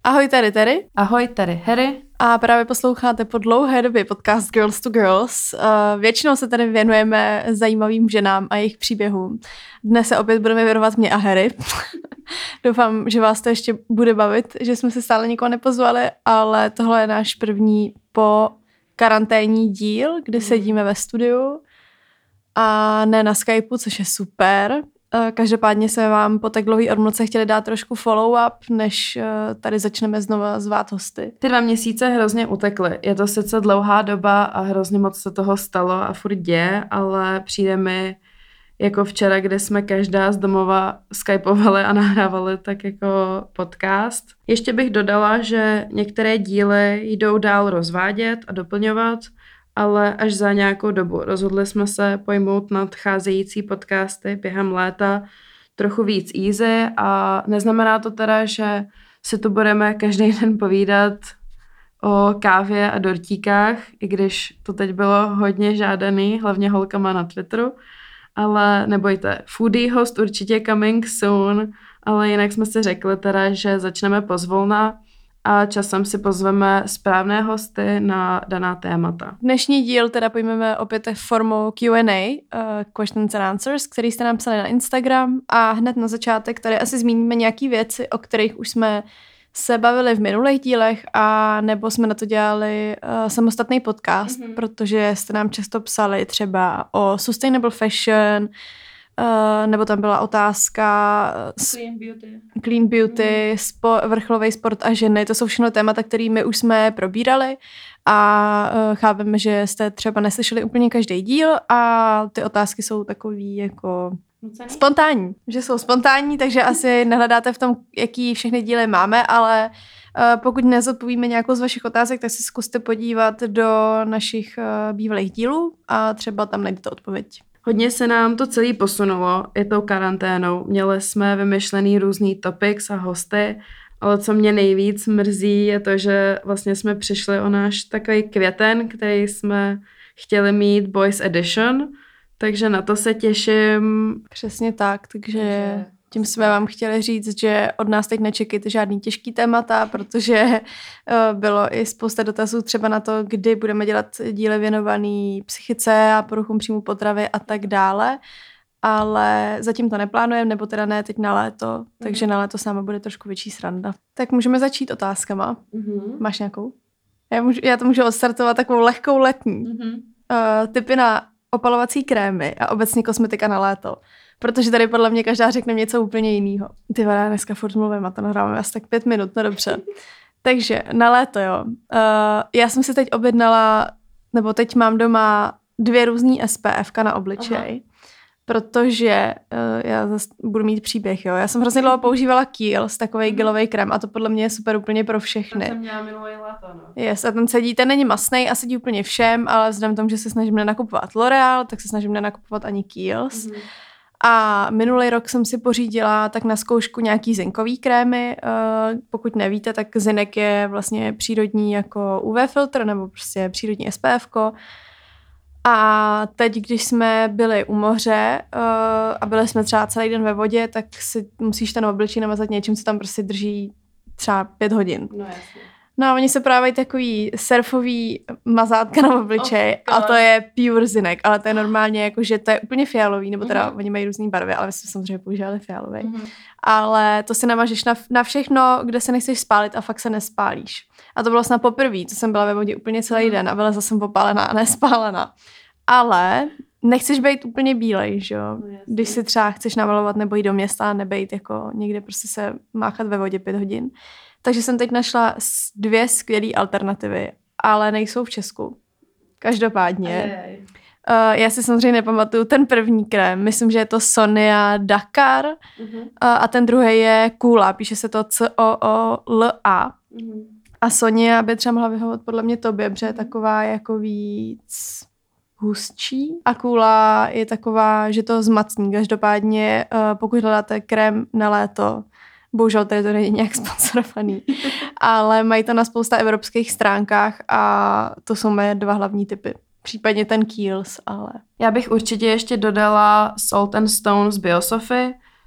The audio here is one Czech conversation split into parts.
Ahoj, tady Terry. Ahoj, tady Harry. A právě posloucháte po dlouhé době podcast Girls to Girls. Většinou se tady věnujeme zajímavým ženám a jejich příběhům. Dnes se opět budeme věnovat mě a Harry. Doufám, že vás to ještě bude bavit, že jsme se stále nikoho nepozvali, ale tohle je náš první po karanténní díl, kdy sedíme ve studiu a ne na Skypeu, což je super. Každopádně jsme vám po tak dlouhý odmlce chtěli dát trošku follow-up, než tady začneme znova zvát hosty. Ty 2 měsíce hrozně utekly. Je to sice dlouhá doba a hrozně moc se toho stalo a furt děje, ale přijde mi jako včera, kdy jsme každá z domova skypovali a nahrávali tak jako podcast. Ještě bych dodala, že některé díly jdou dál rozvádět a doplňovat, ale až za nějakou dobu. Rozhodli jsme se pojmout nadcházející podcasty během léta trochu víc easy a neznamená to teda, že si tu budeme každý den povídat o kávě a dortíkách, i když to teď bylo hodně žádaný, hlavně holkama na Twitteru, ale nebojte, foodie host určitě coming soon, ale jinak jsme si řekli teda, že začneme pozvolna a časem si pozveme správné hosty na daná témata. Dnešní díl teda pojmeme opět formou Q&A, questions and answers, který jste nám psali na Instagram a hned na začátek tady asi zmíníme nějaké věci, o kterých už jsme se bavili v minulých dílech a nebo jsme na to dělali samostatný podcast, protože jste nám často psali třeba o sustainable fashion, nebo tam byla otázka clean beauty, vrcholový sport a ženy. To jsou všechno témata, které my už jsme probírali a chápeme, že jste třeba neslyšeli úplně každý díl a ty otázky jsou takový jako spontánní, že jsou spontánní, takže asi nehledáte v tom, jaký všechny díly máme, ale pokud nezodpovíme nějakou z vašich otázek, tak si zkuste podívat do našich bývalých dílů a třeba tam najdete odpověď. Hodně se nám to celý posunulo i tou karanténou. Měli jsme vymyšlený různý topics a hosty, ale co mě nejvíc mrzí je to, že vlastně jsme přišli o náš takový květen, který jsme chtěli mít Boys Edition, takže na to se těším. Přesně tak, takže tím jsme vám chtěli říct, že od nás teď nečekejte žádný těžký témata, protože bylo i spousta dotazů třeba na to, kdy budeme dělat díly věnovaný psychice a poruchům příjmu potravy a tak dále, ale zatím to neplánujeme, nebo teda ne teď na léto, takže na léto s náma bude trošku větší sranda. Tak můžeme začít otázkama. Máš nějakou? Já to můžu odstartovat takovou lehkou letní. Tipy na opalovací krémy a obecně kosmetika na léto. Protože tady podle mě každá řekne něco úplně jiného. Ty vole, dneska furt mluvím a to nahráváme asi tak 5 minut, no dobře. Takže na léto, jo. Já jsem si teď objednala, nebo teď mám doma 2 různý SPF na obličej, protože já zase budu mít příběh, jo. Já jsem hrozně dlouho používala Kiehl's, takovej gelový krém a to podle mě je super úplně pro všechny. To jsem měla minulý léto, no. Yes, a ten sedí, ten není masnej a sedí úplně všem, ale vzhledem k tomu, že se snažím nenakupovat L'Oreal, tak se snažím nenakupovat ani Kiehl's. A minulý rok jsem si pořídila tak na zkoušku nějaký zinkový krémy. Pokud nevíte, tak zinek je vlastně přírodní jako UV filtr nebo prostě přírodní SPFko. A teď, když jsme byli u moře a byli jsme třeba celý den ve vodě, tak si musíš ten obličej namazat něčím, co tam prostě drží třeba 5 hodin. No jasně. No a oni se právají takový surfový mazátka na obličej a to je pure zinek, ale to je normálně jako, že to je úplně fialový, nebo teda oni mají různý barvy, ale my jsme samozřejmě používali fialový. Ale to si namažeš na všechno, kde se nechceš spálit a fakt se nespálíš. A to bylo snad poprvé, co jsem byla ve vodě úplně celý den a byla zase popálená a nespálená. Ale nechceš být úplně bílej, že jo? No, když si třeba chceš namalovat nebo jít do města, nebejt jako někde prostě se máchat ve vodě 5 hodin. Takže jsem teď našla 2 skvělé alternativy, ale nejsou v Česku. Každopádně. Já si samozřejmě nepamatuju ten první krém. Myslím, že je to Sonia Dakar a ten druhý je Kula. Píše se to C-O-O-L-A. A Sonia by třeba mohla vyhovovat podle mě tobě, protože je taková jako víc hustší. A Kula je taková, že to zmacní. Každopádně pokud hledáte krém na léto, bohužel tady to není nějak sponsorovaný, ale mají to na spousta evropských stránkách a to jsou moje 2 hlavní typy. Případně ten Kiehl's, ale... Já bych určitě ještě dodala Salt and Stone z Biosophy,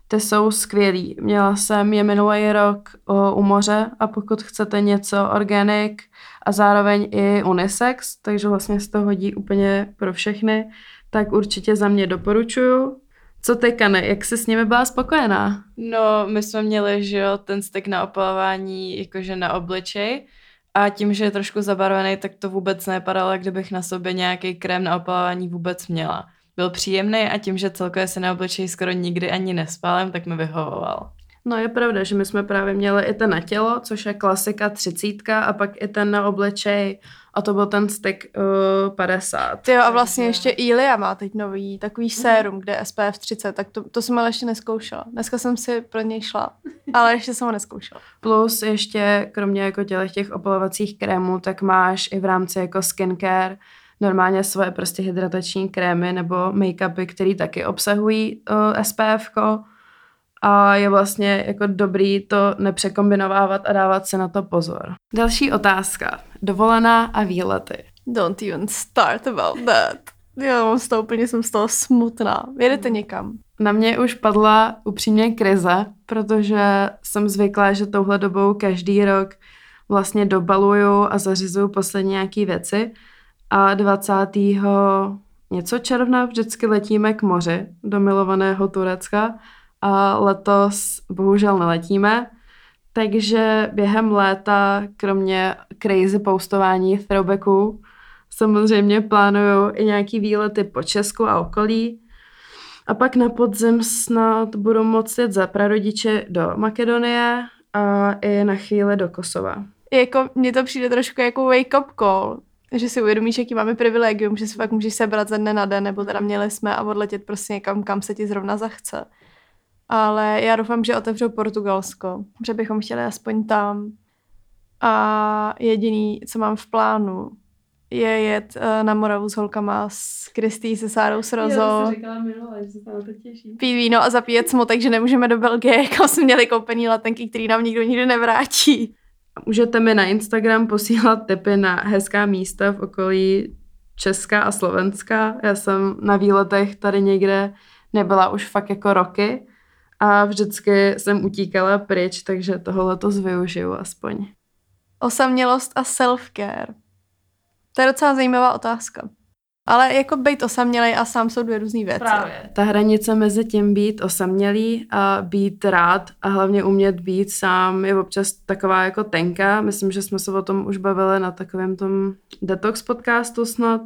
Ty jsou skvělý. Měla jsem je minulý rok u moře a pokud chcete něco organic a zároveň i unisex, takže vlastně se to hodí úplně pro všechny, tak určitě za mě doporučuju. Co ty, Kany, jak jsi s nimi byla spokojená? No, my jsme měli, že jo, ten styk na opalování jakože na obličej a tím, že je trošku zabarvený, tak to vůbec nepadalo, jak kdybych na sobě nějaký krém na opalování vůbec měla. Byl příjemný a tím, že celkově se na obličeji skoro nikdy ani nespálím, tak mi vyhovoval. No je pravda, že my jsme právě měli i ten na tělo, což je klasika 30 a pak i ten na obličej a to byl ten styk 50. Jo, a vlastně ještě Ilia má teď nový takový sérum, kde je SPF 30, tak to jsem ale ještě neskoušela. Dneska jsem si pro něj šla, ale ještě jsem ho neskoušela. Plus ještě kromě jako těch opalovacích krémů, tak máš i v rámci jako skincare normálně svoje prostě hydratační krémy nebo make-upy, které taky obsahují SPF-ko. A je vlastně jako dobrý to nepřekombinovávat a dávat si na to pozor. Další otázka. Dovolená a výlety. Don't even start about that. Jo, jsem z toho smutná. Jedete někam? Na mě už padla upřímně krize, protože jsem zvyklá, že touhle dobou každý rok vlastně dobaluju a zařizuju poslední nějaký věci a 20. něco června vždycky letíme k moři do milovaného Turecka a letos bohužel neletíme, takže během léta, kromě crazy postování throwbacků, samozřejmě plánuju i nějaký výlety po Česku a okolí. A pak na podzim snad budu moct jet za prarodiče do Makedonie a i na chvíli do Kosova. Jako, mně to přijde trošku jako wake-up call, že si uvědomíš, jaký máme privilegium, že si fakt můžeš sebrat ze dne na den, nebo teda měli jsme a odletět prostě někam, kam se ti zrovna zachce. Ale já doufám, že otevřou Portugalsko, že bychom chtěli aspoň tam. A jediný, co mám v plánu, je jet na Moravu s holkama, s Kristý, se Sárou, s Rozou. Já jsem říkala minule, že se tam to těší. Pít víno a zapíjet smutek, že nemůžeme do Belgie, kam jsme měli koupený letenky, který nám nikdo nikdy nevrátí. Můžete mi na Instagram posílat tipy na hezká místa v okolí Česka a Slovenska. Já jsem na výletech tady někde nebyla už fakt jako roky a vždycky jsem utíkala pryč, takže toho letos využiju aspoň. Osamělost a self-care. To je docela zajímavá otázka. Ale jako být osamělej a sám jsou dvě různý věci. Právě. Ta hranice mezi tím být osamělý a být rád a hlavně umět být sám je občas taková jako tenká. Myslím, že jsme se o tom už bavili na takovém tom detox podcastu snad,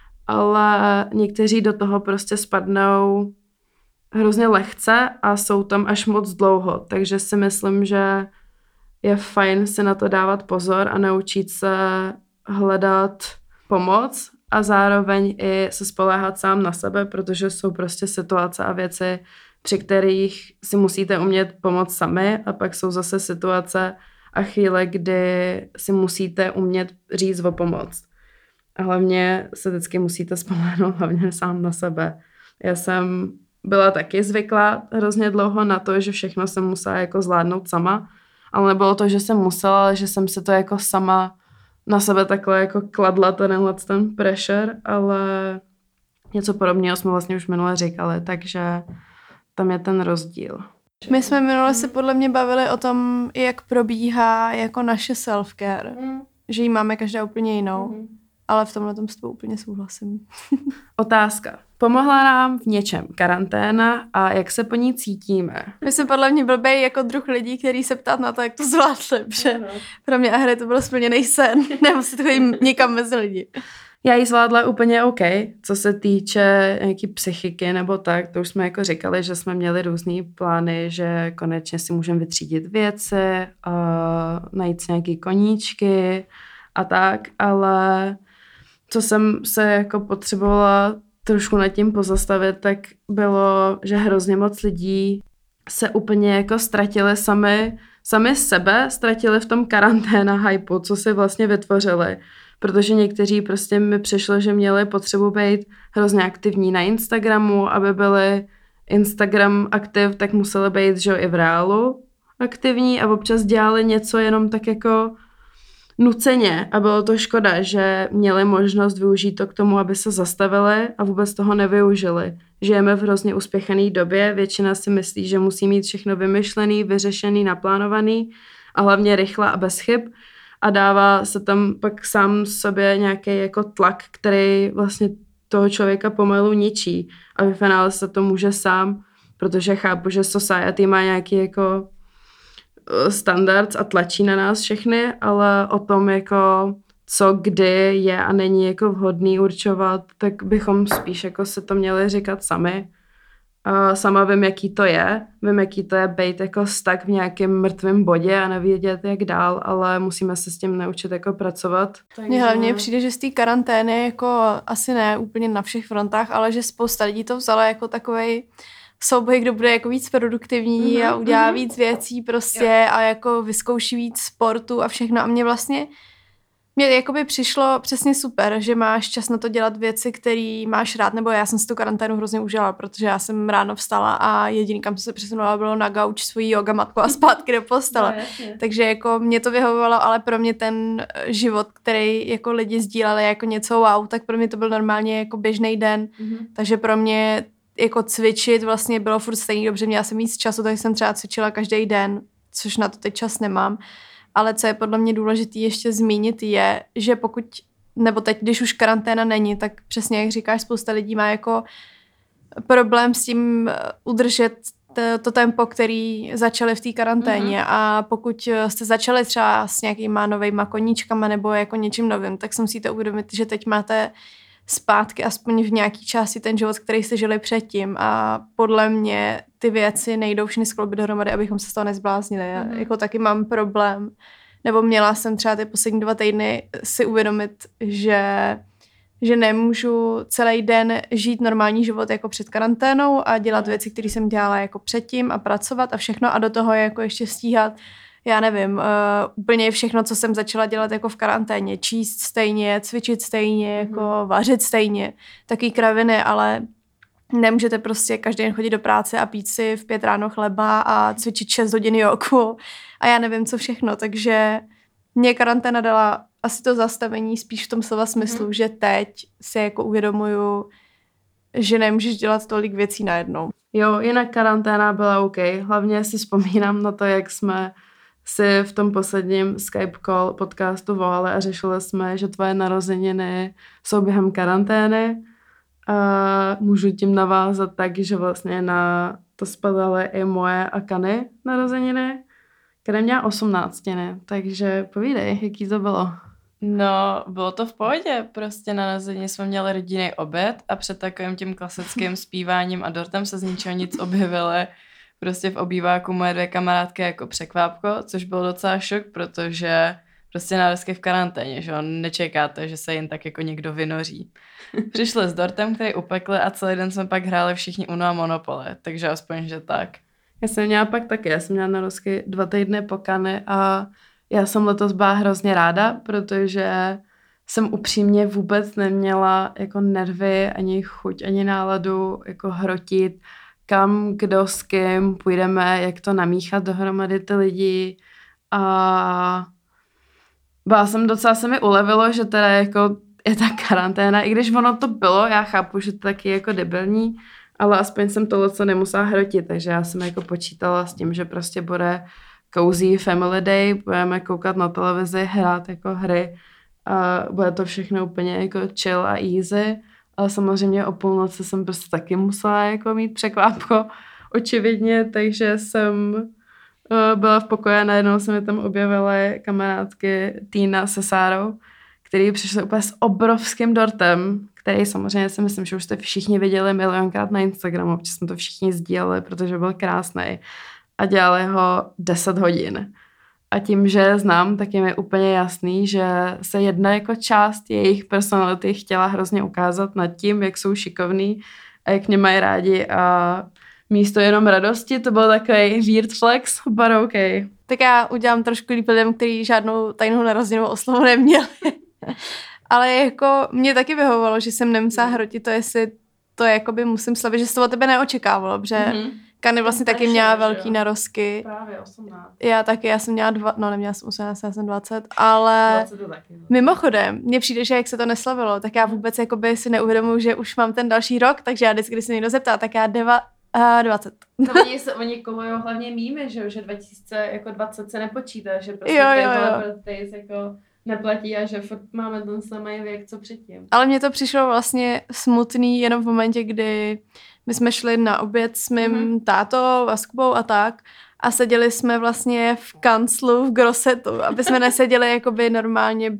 ale někteří do toho prostě spadnou hrozně lehce a jsou tam až moc dlouho. Takže si myslím, že je fajn si na to dávat pozor a naučit se hledat pomoc a zároveň i se spoléhat sám na sebe, protože jsou prostě situace a věci, při kterých si musíte umět pomoct sami a pak jsou zase situace a chvíle, kdy si musíte umět říct o pomoc. A hlavně se vždycky musíte spoléhnout hlavně sám na sebe. Já jsem byla taky zvyklá hrozně dlouho na to, že všechno jsem musela jako zvládnout sama, ale nebylo to, že jsem musela, ale že jsem se to jako sama na sebe takhle jako kladla ten pressure, ale něco podobného jsme vlastně už minule říkali, takže tam je ten rozdíl. My jsme minule se podle mě bavili o tom, jak probíhá jako naše self-care, že ji máme každá úplně jinou, ale v tomhle tom s tebou úplně souhlasím. Otázka. Pomohla nám v něčem karanténa a jak se po ní cítíme? My jsme podle mě blbej jako druh lidí, který se ptát na to, jak to zvládli, protože pro mě a hry to byl splněný sen, nebo si to chodím někam mezi lidi. Já ji zvládla úplně OK, co se týče nějaký psychiky nebo tak, to už jsme jako říkali, že jsme měli různý plány, že konečně si můžeme vytřídit věci, najít si nějaký koníčky a tak, ale co jsem se jako potřebovala trošku nad tím pozastavit, tak bylo, že hrozně moc lidí se úplně jako ztratili sami sebe, ztratili v tom karanténa hypeu, co si vlastně vytvořili. Protože někteří prostě mi přišlo, že měli potřebu být hrozně aktivní na Instagramu, aby byli Instagram aktiv, tak museli být, že i v reálu aktivní a občas dělali něco jenom tak jako nuceně a bylo to škoda, že měli možnost využít to k tomu, aby se zastavili a vůbec toho nevyužili. Žijeme v hrozně uspěchané době, většina si myslí, že musí mít všechno vymyšlený, vyřešený, naplánovaný a hlavně rychle a bez chyb a dává se tam pak sám sobě nějaký jako tlak, který vlastně toho člověka pomalu ničí a ve finále se to může sám, protože chápu, že society má nějaký jako standards a tlačí na nás všechny, ale o tom jako co kdy je a není jako vhodný určovat, tak bychom spíš jako se to měli říkat sami. A sama vím, jaký to je. Vím, jaký to je být jako stuck v nějakém mrtvém bodě a nevědět, jak dál, ale musíme se s tím naučit jako pracovat. Mně hlavně přijde, že z té karantény jako asi ne úplně na všech frontách, ale že spousta lidí to vzala jako takovej souboj, kdo bude jako víc produktivní a udělá víc věcí prostě a jako vyzkouší víc sportu a všechno. A mně jakoby přišlo přesně super, že máš čas na to dělat věci, které máš rád, nebo já jsem si tu karanténu hrozně užila, protože já jsem ráno vstala a jediný, kam jsem se přesunula, bylo na gauč svojí yoga matku a zpátky do postele. No, takže jako mě to vyhovovalo, ale pro mě ten život, který jako lidi sdíleli jako něco wow, tak pro mě to byl normálně jako běžný den, takže pro mě jako cvičit vlastně bylo furt stejný dobře, měla jsem víc času, takže jsem třeba cvičila každý den, což na to teď čas nemám. Ale co je podle mě důležité ještě zmínit je, že pokud, nebo teď, když už karanténa není, tak přesně jak říkáš, spousta lidí má jako problém s tím udržet to tempo, který začali v té karanténě a pokud jste začali třeba s nějakýma novejma koníčkama nebo jako něčím novým, tak si musíte uvědomit, že teď máte zpátky aspoň v nějaký části ten život, který jste žili předtím a podle mě ty věci nejdou všechny skloubit dohromady, abychom se z toho nezbláznili. Já jako taky mám problém, nebo měla jsem třeba ty poslední 2 týdny si uvědomit, že nemůžu celý den žít normální život jako před karanténou a dělat věci, které jsem dělala jako předtím a pracovat a všechno a do toho je jako ještě stíhat já nevím, úplně všechno, co jsem začala dělat jako v karanténě, číst stejně, cvičit stejně, jako vařit stejně, taky kraviny, ale nemůžete prostě každý den chodit do práce a pít si v 5 ráno chleba a cvičit 6 hodin jogu a já nevím, co všechno, takže mě karanténa dala asi to zastavení spíš v tom slova smyslu, že teď si jako uvědomuju, že nemůžeš dělat tolik věcí najednou. Jo, jinak karanténa byla OK. Hlavně si vzpomínám na to, jak jsme si v tom posledním Skype call podcastu volali a řešili jsme, že tvoje narozeniny jsou během karantény. A můžu tím navázat tak, že vlastně na to spadaly i moje a Kany narozeniny, které měla 18, takže povídej, jaký to bylo. No, bylo to v pohodě, prostě na narozeniny jsme měli rodinný oběd a před takovým tím klasickým zpíváním a dortem se z ničeho nic objevily prostě v obýváku moje 2 kamarádky jako překvápko, což byl docela šok, protože prostě národky v karanténě, že nečekáte, že se jen tak jako někdo vynoří. Přišli s dortem, který upekli a celý den jsme pak hráli všichni Uno a Monopoly, takže aspoň, že tak. Já jsem měla pak taky, já jsem měla narozky 2 týdny po Kany a já jsem letos byla hrozně ráda, protože jsem upřímně vůbec neměla jako nervy, ani chuť, ani náladu jako hrotit, kam, kdo, s kým půjdeme, jak to namíchat dohromady ty lidi a byla jsem docela, se mi ulevilo, že teda jako je ta karanténa, i když ono to bylo, já chápu, že to taky je jako debilní, ale aspoň jsem tohle co nemusela hrotit, takže já jsem jako počítala s tím, že prostě bude cozy family day, budeme koukat na televizi, hrát jako hry a bude to všechno úplně jako chill a easy, ale samozřejmě o půlnoci jsem prostě taky musela jako mít překvápko, očividně, takže jsem byla v pokoji a najednou se mi tam objevily kamarádky Týna se Sárou, který přišli úplně s obrovským dortem, který samozřejmě si myslím, že už jste všichni viděli milionkrát na Instagramu, protože jsme to všichni sdíleli, protože byl krásný a dělali ho 10 hodin. A tím, že znám, tak je mi úplně jasný, že se jedna jako část jejich personality chtěla hrozně ukázat nad tím, jak jsou šikovný a jak mě mají rádi a místo jenom radosti, to byl takový weird flex, but okay. Tak já udělám trošku líp lidem, kteří žádnou tajnou narozeninovou oslavu neměli. Ale jako mě taky vyhovovalo, že jsem nemusela hrotit to, jestli to jakoby musím slavit, že se to od tebe neočekávalo, protože Kany vlastně taky měla velký narozky. Právě 18. Já jsem měla neměla jsem 18, já jsem 20, ale 20 taky, no. Mimochodem, mně přijde, že jak se to neslavilo, tak já vůbec jakoby si neuvědomuji, že už mám ten další rok, takže já vždycky, když se někdo zeptá, tak já 20. No, oni kolujou hlavně míme, že 2020 se nepočítá, že prostě birthdays jako neplatí a že furt máme ten samý věk, co předtím. Ale mně to přišlo vlastně smutný jenom v momentě, kdy my jsme šli na oběd s mým tátou a s Kubou a tak a seděli jsme vlastně v kanclu v Grossetu, aby jsme neseděli jakoby normálně,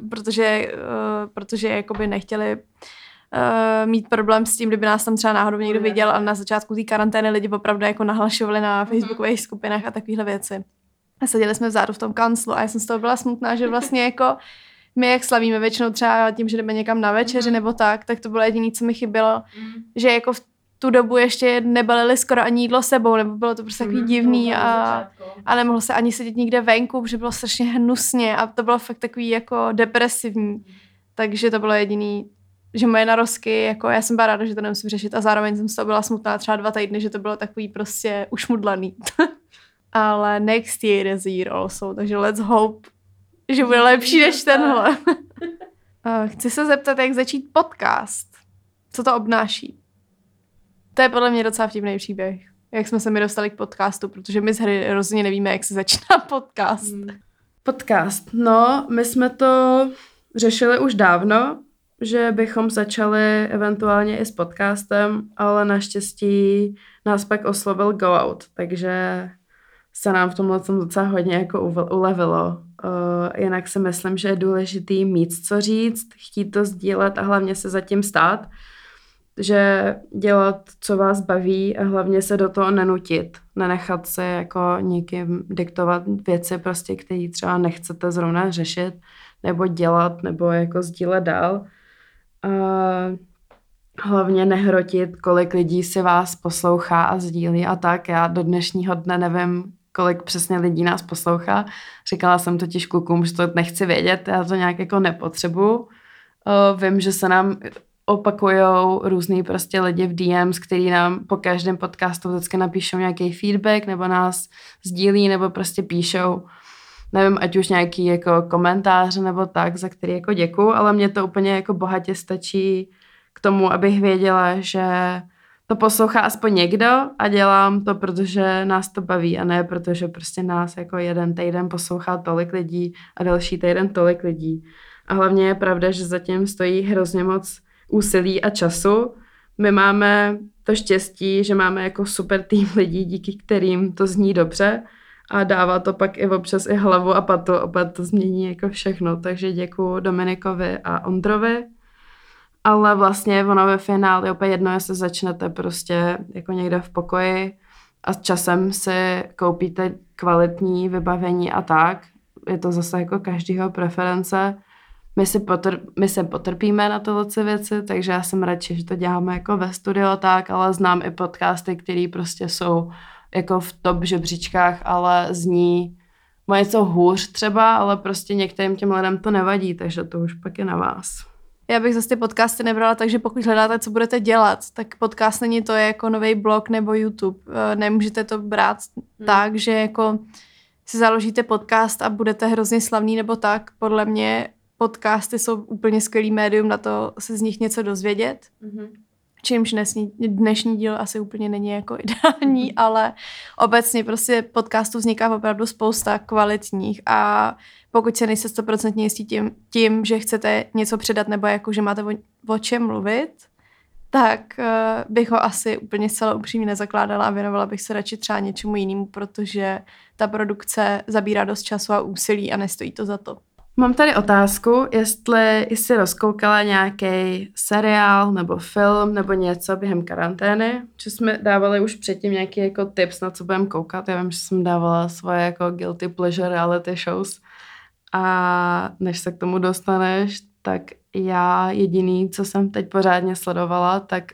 protože jakoby nechtěli mít problém s tím, kdyby nás tam třeba náhodou někdo viděl, ale na začátku té karantény lidi opravdu jako nahlašovali na facebookových skupinách a takovéhle věci. A seděli jsme vzadu v tom kanclu a já jsem z toho byla smutná, že vlastně jako my jak slavíme většinou třeba tím, že jdeme někam na večeři nebo tak to bylo jediné, co mi chybělo, že jako v tu dobu ještě nebalili skoro ani jídlo sebou, nebo bylo to prostě takový divný a nemohlo se ani sedět nikde venku, protože bylo strašně hnusně a to bylo fakt takový jako depresivní. Takže to bylo jediný, že moje narozky, jako já jsem byla ráda, že to nemusím řešit a zároveň jsem z toho byla smutná třeba 2 týdny, že to bylo takový prostě ušmudlaný. Ale next year is year also, takže let's hope, že bude lepší než tenhle. Chci se zeptat, jak začít podcast. Co to obnáší? To je podle mě docela vtipný příběh. Jak jsme se mi dostali k podcastu, protože my z hry rozhodně nevíme, jak se začíná podcast. Podcast. No, my jsme to řešili už dávno, že bychom začali eventuálně i s podcastem, ale naštěstí nás pak oslovil Go Out, takže se nám v tomhle docela hodně jako ulevilo. Jinak si myslím, že je důležitý mít co říct, chtít to sdílet a hlavně se zatím stát, že dělat, co vás baví a hlavně se do toho nenutit. Nenechat se jako někým diktovat věci, prostě, které třeba nechcete zrovna řešit nebo dělat nebo jako sdílet dál. A hlavně nehrotit, kolik lidí si vás poslouchá a sdílí a tak. Já do dnešního dne nevím, kolik přesně lidí nás poslouchá. Říkala jsem totiž klukům, že to nechci vědět, já to nějak jako nepotřebuju. Vím, že se nám opakujou různý prostě lidi v DMs, který nám po každém podcastu vždycky napíšou nějaký feedback nebo nás sdílí nebo prostě píšou, nevím, ať už nějaký jako komentáře nebo tak, za který jako děkuju, ale mně to úplně jako bohatě stačí k tomu, abych věděla, že to poslouchá aspoň někdo a dělám to, protože nás to baví a ne protože prostě nás jako jeden týden poslouchá tolik lidí a další týden tolik lidí. A hlavně je pravda, že zatím stojí hrozně moc úsilí a času. My máme to štěstí, že máme jako super tým lidí, díky kterým to zní dobře a dává to pak i občas i hlavu a patu, opět to změní jako všechno. Takže děkuju Dominikovi a Ondrovi. Ale vlastně ono ve finále opět jedno, jestli začnete prostě jako někde v pokoji a s časem si koupíte kvalitní vybavení a tak. Je to zase jako každýho preference. My se potrpíme na tyhle věci, takže já jsem radši, že to děláme jako ve studiu a tak, ale znám i podcasty, které prostě jsou jako v top žebříčkách, ale zní mají něco hůř třeba, ale prostě některým těm lidem to nevadí, takže to už pak je na vás. Já bych zase ty podcasty nebrala, takže pokud hledáte, co budete dělat, tak podcast není to jako nový blog nebo YouTube. Nemůžete to brát tak, že jako si založíte podcast a budete hrozně slavný nebo tak. Podle mě podcasty jsou úplně skvělý médium na to se z nich něco dozvědět. Čímž dnešní díl asi úplně není jako ideální, ale obecně prostě podcastů vzniká opravdu spousta kvalitních a pokud se nejste 100% jistí tím, že chcete něco předat nebo jako, že máte o čem mluvit, tak bych ho asi úplně zcela upřímně nezakládala a věnovala bych se radši třeba něčemu jinému, protože ta produkce zabírá dost času a úsilí a nestojí to za to. Mám tady otázku, jestli jsi rozkoukala nějaký seriál nebo film nebo něco během karantény, že jsme dávali už předtím nějaký jako tips, na co budeme koukat. Já vím, že jsem dávala svoje jako guilty pleasure reality shows a než se k tomu dostaneš, tak já jediný, co jsem teď pořádně sledovala, tak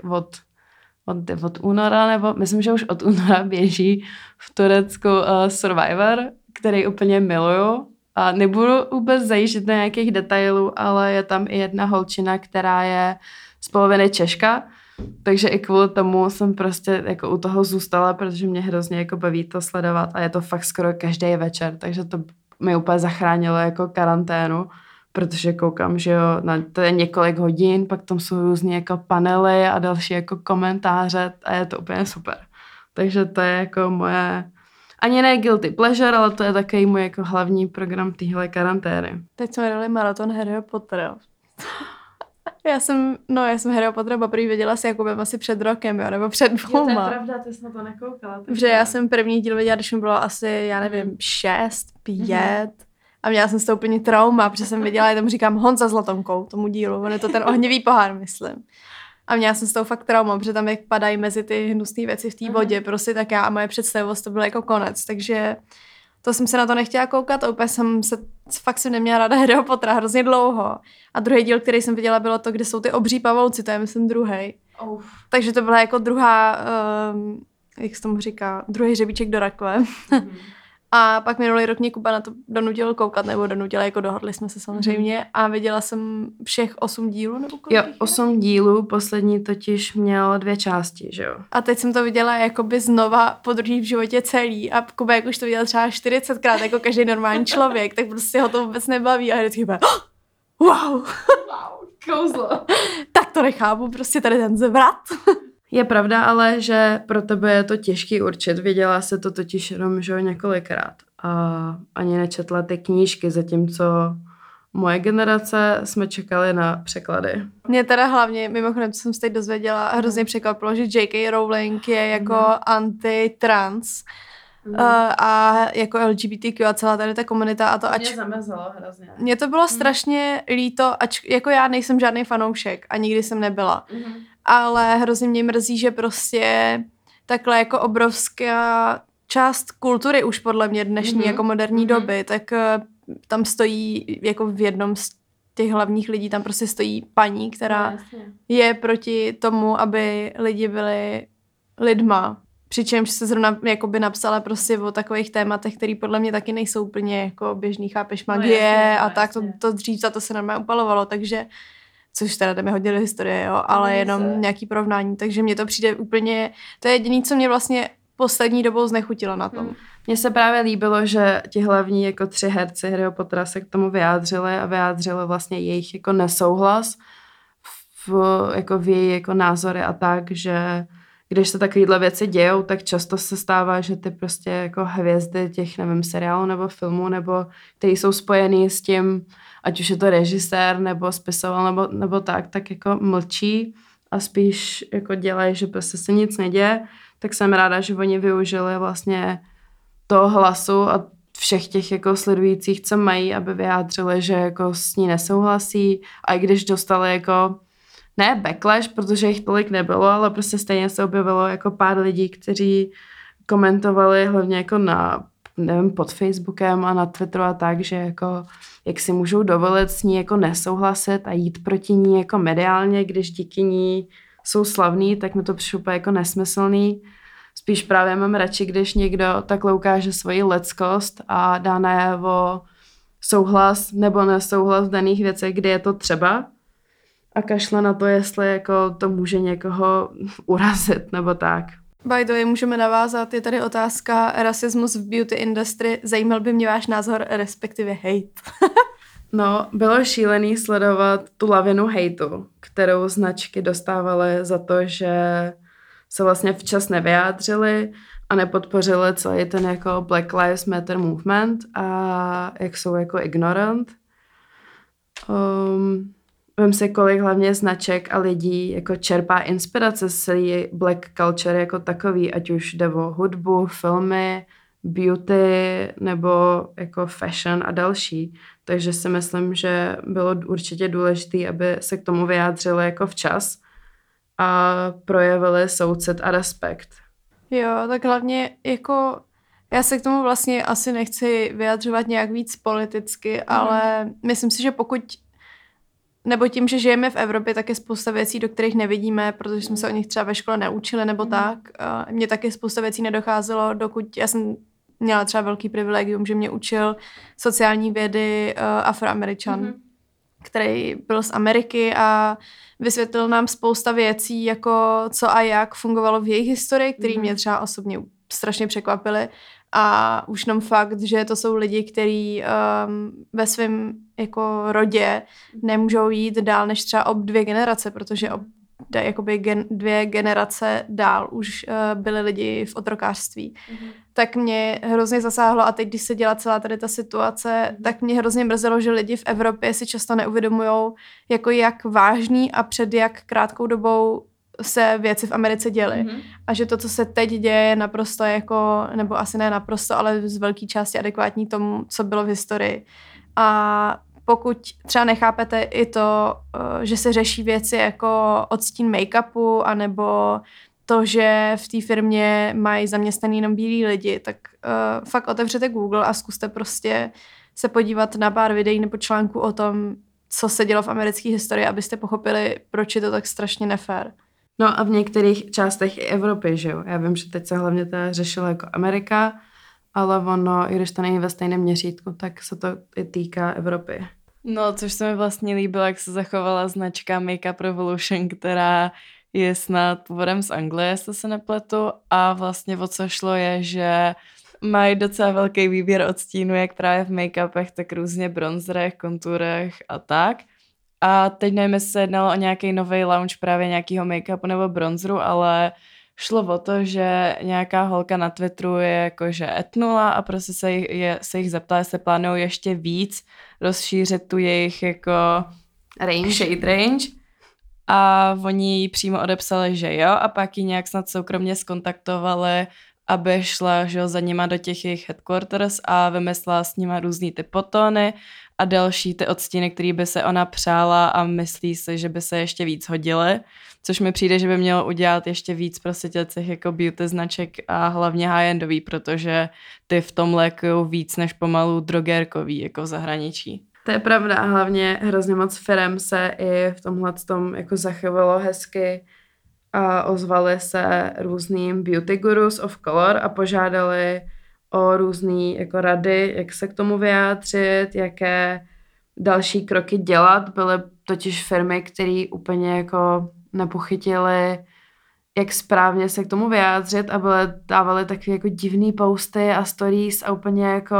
od února, nebo myslím, že už od února běží v Turecku Survivor, který úplně miluju. A nebudu vůbec zajíždět na nějakých detailů, ale je tam i jedna holčina, která je z poloviny Češka, Takže i kvůli tomu jsem prostě jako u toho zůstala, protože mě hrozně jako baví to sledovat a je to fakt skoro každý večer, takže to mi úplně zachránilo jako karanténu, protože koukám, že jo, to je několik hodin, pak tam jsou různý jako panely a další jako komentáře a je to úplně super. Takže to je jako moje, ani ne guilty pleasure, ale to je takový můj jako hlavní program téhle karantény. Teď jsme dali maraton Harryho Pottera. Já jsem Harryho Pottera poprvé viděla s Jakubem asi před rokem, jo, nebo před 2. Jo, to je pravda, ty jsi na to nekoukala. Protože já jsem první díl viděla, když mi bylo asi, já nevím, 6, 5 a měla jsem z toho úplně trauma, protože jsem viděla, já tomu říkám Honza s Latomkou, tomu dílu, on je to ten ohnivý pohár, myslím. A měla jsem z toho fakt trauma, protože tam jak padají mezi ty hnusné věci v té vodě, prostě tak já a moje představivost to bylo jako konec, takže to jsem se na to nechtěla koukat a úplně fakt jsem neměla ráda Harryho Pottera hrozně dlouho. A druhý díl, který jsem viděla, bylo to, kde jsou ty obří pavouci, to je myslím druhý. Takže to byla jako druhá, jak se tomu říká, druhý hřebíček do rakve. A pak minulý rok mě Kuba na to donutil koukat, nebo donutila, jako dohodli jsme se samozřejmě a viděla jsem všech 8 dílů, nebo kolik? Jo, 8 dílů, poslední totiž měl 2 části, že jo? A teď jsem to viděla jakoby znova po druhý v životě celý a Kuba jak už to viděl třeba 40krát, jako každý normální člověk, tak prostě ho to vůbec nebaví a vždycky bude wow, kouzlo. Tak to nechápu, prostě tady ten zvrat. Je pravda ale, že pro tebe je to těžký určit. Viděla se to totiž jenom, že několikrát. A ani nečetla ty knížky, zatímco moje generace jsme čekali na překlady. Mě teda hlavně, mimochodem, co jsem se teď dozvěděla, hrozně překvapilo, že J.K. Rowling je jako anti-trans a jako LGBTQ a celá tady ta komunita a to Mě zamezalo hrozně. Mně to bylo strašně líto, jako já nejsem žádný fanoušek a nikdy jsem nebyla. Ale hrozně mě mrzí, že prostě takhle jako obrovská část kultury už podle mě dnešní jako moderní doby, tak tam stojí jako v jednom z těch hlavních lidí, tam prostě stojí paní, která je proti tomu, aby lidi byli lidma. Přičemž se zrovna jakoby napsala prostě o takových tématech, které podle mě taky nejsou úplně jako běžný, chápeš, magie a tak, to dřív za to se normálně upalovalo, takže což teda jdeme hodně do historie, jo, ale jenom nějaký porovnání, takže mně to přijde úplně, to je jediné, co mě vlastně poslední dobou znechutilo na tom. Mně se právě líbilo, že ti hlavní jako 3 herci Harryho Pottera se k tomu vyjádřili a vyjádřili vlastně jejich jako nesouhlas v její jako názory a tak, že když se takovýhle věci dějou, tak často se stává, že ty prostě jako hvězdy těch, nevím, seriálů nebo filmů, nebo který jsou spojený s tím, ať už je to režisér nebo spisoval nebo tak jako mlčí a spíš jako dělají, že prostě se nic neděje, tak jsem ráda, že oni využili vlastně toho hlasu a všech těch jako sledujících, co mají, aby vyjádřili, že jako s ní nesouhlasí a i když dostali jako ne backlash, protože jich tolik nebylo, ale prostě stejně se objevilo jako pár lidí, kteří komentovali hlavně jako nevím, pod Facebookem a na Twitteru a tak, že jako jak si můžou dovolit s ní jako nesouhlasit a jít proti ní jako mediálně, když díky ní jsou slavní, tak mi to přišlo jako nesmyslný. Spíš právě mám radši, když někdo takhle ukáže svoji lidskost a dá najevo souhlas nebo nesouhlas v daných věcech, kdy je to třeba a kašle na to, jestli jako to může někoho urazit nebo tak. By the way, můžeme navázat, je tady otázka rasismus v beauty industry. Zajímal by mě váš názor, respektive hate. No, bylo šílený sledovat tu lavinu hejtu, kterou značky dostávaly za to, že se vlastně včas nevyjádřili a nepodpořili celý ten jako Black Lives Matter movement a jak jsou jako ignorant. Vím si, kolik hlavně značek a lidí jako čerpá inspirace z celý black culture jako takový, ať už jde o hudbu, filmy, beauty nebo jako fashion a další. Takže si myslím, že bylo určitě důležité, aby se k tomu vyjádřili jako včas a projevili soucit a respekt. Jo, tak hlavně jako já se k tomu vlastně asi nechci vyjadřovat nějak víc politicky, ale myslím si, že pokud nebo tím, že žijeme v Evropě, tak je spousta věcí, do kterých nevidíme, protože jsme se o nich třeba ve škole neučili nebo tak. Mně taky spousta věcí nedocházelo, dokud já jsem měla třeba velký privilegium, že mě učil sociální vědy Afroameričan. který byl z Ameriky a vysvětlil nám spousta věcí, jako co a jak fungovalo v jejich historii, který mě třeba osobně strašně překvapily. A už jenom fakt, že to jsou lidi, kteří ve svém jako rodě nemůžou jít dál než třeba o 2 generace, protože jakoby 2 generace dál už byli lidi v otrokářství. Tak mě hrozně zasáhlo a teď, když se dělá celá tady ta situace, tak mě hrozně mrzelo, že lidi v Evropě si často neuvědomujou, jako jak vážný a před jak krátkou dobou se věci v Americe děly. A že to, co se teď děje, je naprosto jako, nebo asi ne naprosto, ale z velké části adekvátní tomu, co bylo v historii. A pokud třeba nechápete i to, že se řeší věci jako odstín make-upu, anebo to, že v té firmě mají zaměstnaný jenom bílí lidi, tak fakt otevřete Google a zkuste prostě se podívat na pár videí nebo článků o tom, co se dělo v americké historii, abyste pochopili, proč je to tak strašně nefér. No a v některých částech i Evropy, že jo? Já vím, že teď se hlavně to řešilo jako Amerika, ale ono, i když to není ve stejném měřítku, tak se to i týká Evropy. No, což se mi vlastně líbilo, jak se zachovala značka Makeup Revolution, která je snad původem z Anglie, jestli se nepletu, a vlastně o co šlo je, že mají docela velký výběr odstínů, jak právě v make-upech, tak různě bronzerech, konturech a tak. A teď nevím, jestli se jednalo o nějaký nový launch právě nějakého make-upu nebo bronzeru, ale šlo o to, že nějaká holka na Twitteru je jakože etnula a prostě se jich zeptala, jestli plánují ještě víc rozšířit tu jejich jako shade range. A oni jí přímo odepsali, že jo, a pak ji nějak snad soukromně skontaktovali, aby šla, že jo, za nima do těch jejich headquarters a vymyslela s nima různý ty potóny a další ty odstíny, který by se ona přála a myslí si, že by se ještě víc hodily, což mi přijde, že by mělo udělat ještě víc prostě těch jako beauty značek a hlavně high-endový, protože ty v tom lékujou víc než pomalu drogérkový jako v zahraničí. To je pravda a hlavně hrozně moc firem se i v tomhletom jako zachovalo hezky a ozvali se různým beauty gurus of color a požádali o různý jako rady, jak se k tomu vyjádřit, jaké další kroky dělat. Byly totiž firmy, které úplně jako nepochytily, jak správně se k tomu vyjádřit a dávaly takové jako divný posty a stories a úplně jako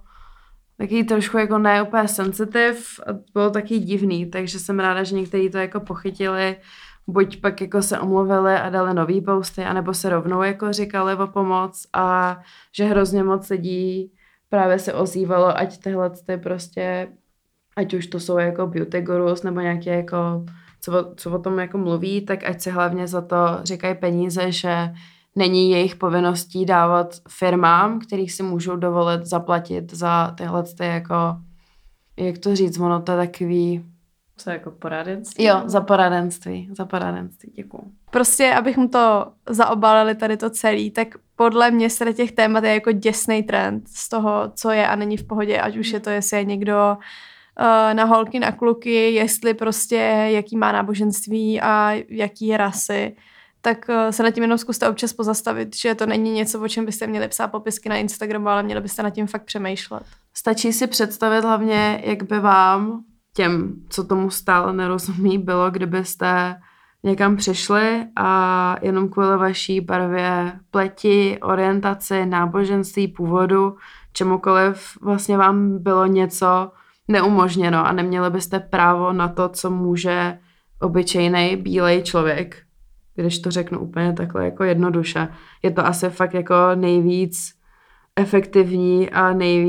taky trošku jako ne úplně sensitive a bylo taky divný, takže jsem ráda, že někteří to jako pochytili, buď pak jako se omluvili a dali nový posty, anebo se rovnou jako říkali o pomoc a že hrozně moc lidí právě se ozývalo, ať tyhle ty prostě, ať už to jsou jako beauty gurus nebo nějaké jako, co o tom jako mluví, tak ať se hlavně za to říkají peníze, že není jejich povinností dávat firmám, kterých si můžou dovolit zaplatit za tyhle ty jako, jak to říct, ono to je takový... Co jako poradenství? Jo, za poradenství, děkuju. Prostě, abychom to zaobalili tady to celý, tak podle mě se těch témat je jako děsnej trend z toho, co je a není v pohodě, ať už je to, jestli je někdo na holky, na kluky, jestli prostě jaký má náboženství a jaký je rasy, tak se nad tím jenom zkuste občas pozastavit, že to není něco, o čem byste měli psát popisky na Instagramu, ale měli byste nad tím fakt přemýšlet. Stačí si představit hlavně, jak by vám, těm, co tomu stále nerozumí, bylo, kdybyste někam přišli a jenom kvůli vaší barvě pleti, orientaci, náboženství, původu, čemukoliv vlastně vám bylo něco neumožněno a neměli byste právo na to, co může obyčejný bílej člověk, když to řeknu úplně takhle jako jednoduše. Je to asi fakt jako nejvíc efektivní a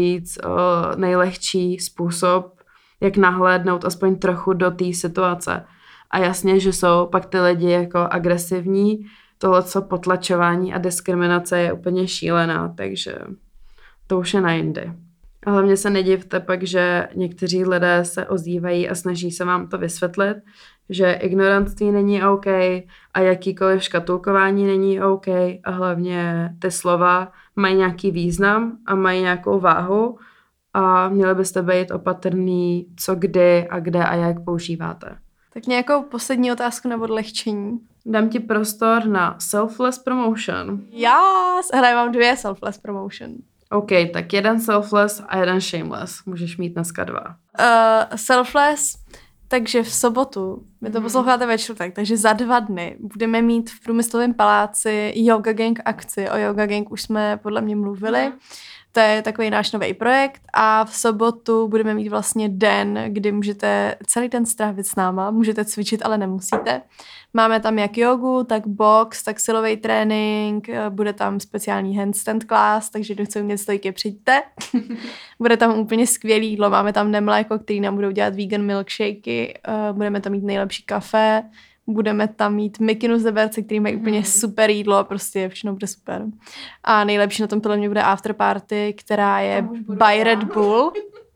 nejlehčí způsob, jak nahlédnout aspoň trochu do té situace. A jasně, že jsou pak ty lidi jako agresivní, tohleto potlačování a diskriminace je úplně šílená, takže to už je na jindy. A hlavně se nedivte pak, že někteří lidé se ozývají a snaží se vám to vysvětlit, že ignorantství není OK a jakýkoliv škatulkování není OK a hlavně ty slova mají nějaký význam a mají nějakou váhu a měli byste být opatrný, co kdy a kde a jak používáte. Tak nějakou poslední otázku na odlehčení. Dám ti prostor na selfless promotion. Hele, mám 2 selfless promotion. OK, tak 1 selfless a 1 shameless. Můžeš mít dneska 2. Selfless Takže v sobotu, my to posloucháte ve čtvrtek, takže za 2 dny budeme mít v Průmyslovém paláci Yoga Gang akci. O Yoga Gang už jsme podle mě mluvili. To je takový náš nový projekt a v sobotu budeme mít vlastně den, kdy můžete celý den strávit s náma, můžete cvičit, ale nemusíte. Máme tam jak jogu, tak box, tak silový trénink, bude tam speciální handstand class, takže kdo chce umět stojky, přijďte. Bude tam úplně skvělý jídlo, máme tam nemléko, který nám budou dělat vegan milkshakey, budeme tam mít nejlepší kafe, budeme tam mít mikinu zeberce, který mají úplně super jídlo, prostě všechno bude super. A nejlepší na tom podle mě bude afterparty, která je by Red Bull.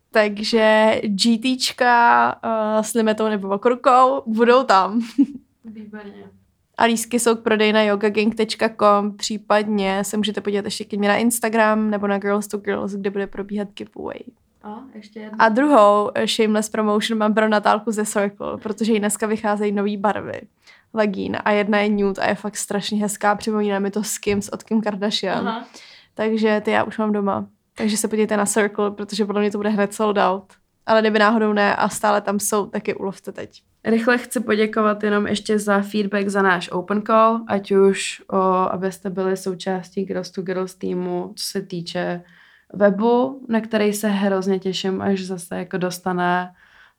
Takže GTčka s limetou nebo okurkou budou tam. Výborně. A lístky jsou k prodeji na yogagang.com, případně se můžete podívat ještě ke mně na Instagram nebo na Girls to Girls, kde bude probíhat giveaway. A druhou shameless promotion mám pro Natálku ze Circle, protože jí dneska vycházejí nový barvy legín a jedna je nude a je fakt strašně hezká, připomíná mi to Skims od Kim Kardashian. Aha. Takže ty já už mám doma. Takže se podívejte na Circle, protože podle mě to bude hned sold out. Ale kdyby náhodou ne a stále tam jsou, tak je ulovte teď. Rychle chci poděkovat jenom ještě za feedback za náš open call, ať už abyste byli součástí Girls to Girls týmu, co se týče webu, na který se hrozně těším, až zase jako dostane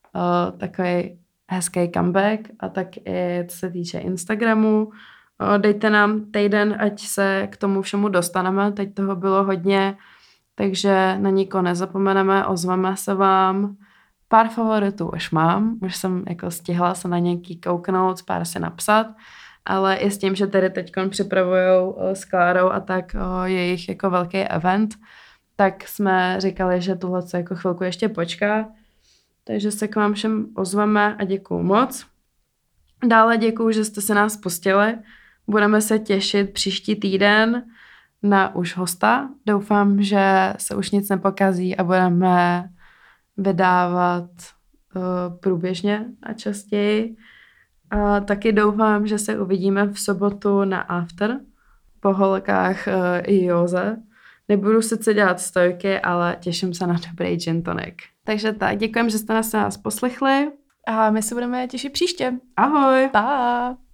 takový hezký comeback, a tak i co se týče Instagramu. Dejte nám týden, ať se k tomu všemu dostaneme, teď toho bylo hodně, takže na nikoho nezapomeneme, ozveme se vám. Pár favoritů už mám, už jsem jako stihla se na nějaký kouknout, pár si napsat, ale i s tím, že tady teďkon připravujou s Klárou a tak jejich jako velký event, tak jsme říkali, že tuhle jako chvilku ještě počká, takže se k vám všem ozveme a děkuju moc. Dále děkuju, že jste se nás pustili, budeme se těšit příští týden na už hosta. Doufám, že se už nic nepokazí a budeme vydávat průběžně a častěji. A taky doufám, že se uvidíme v sobotu na after po holkách i józe. Nebudu sice dělat stojky, ale těším se na dobrý gin tonic. Takže tak, děkujem, že jste nás poslechli. A my se budeme těšit příště. Ahoj! Pa!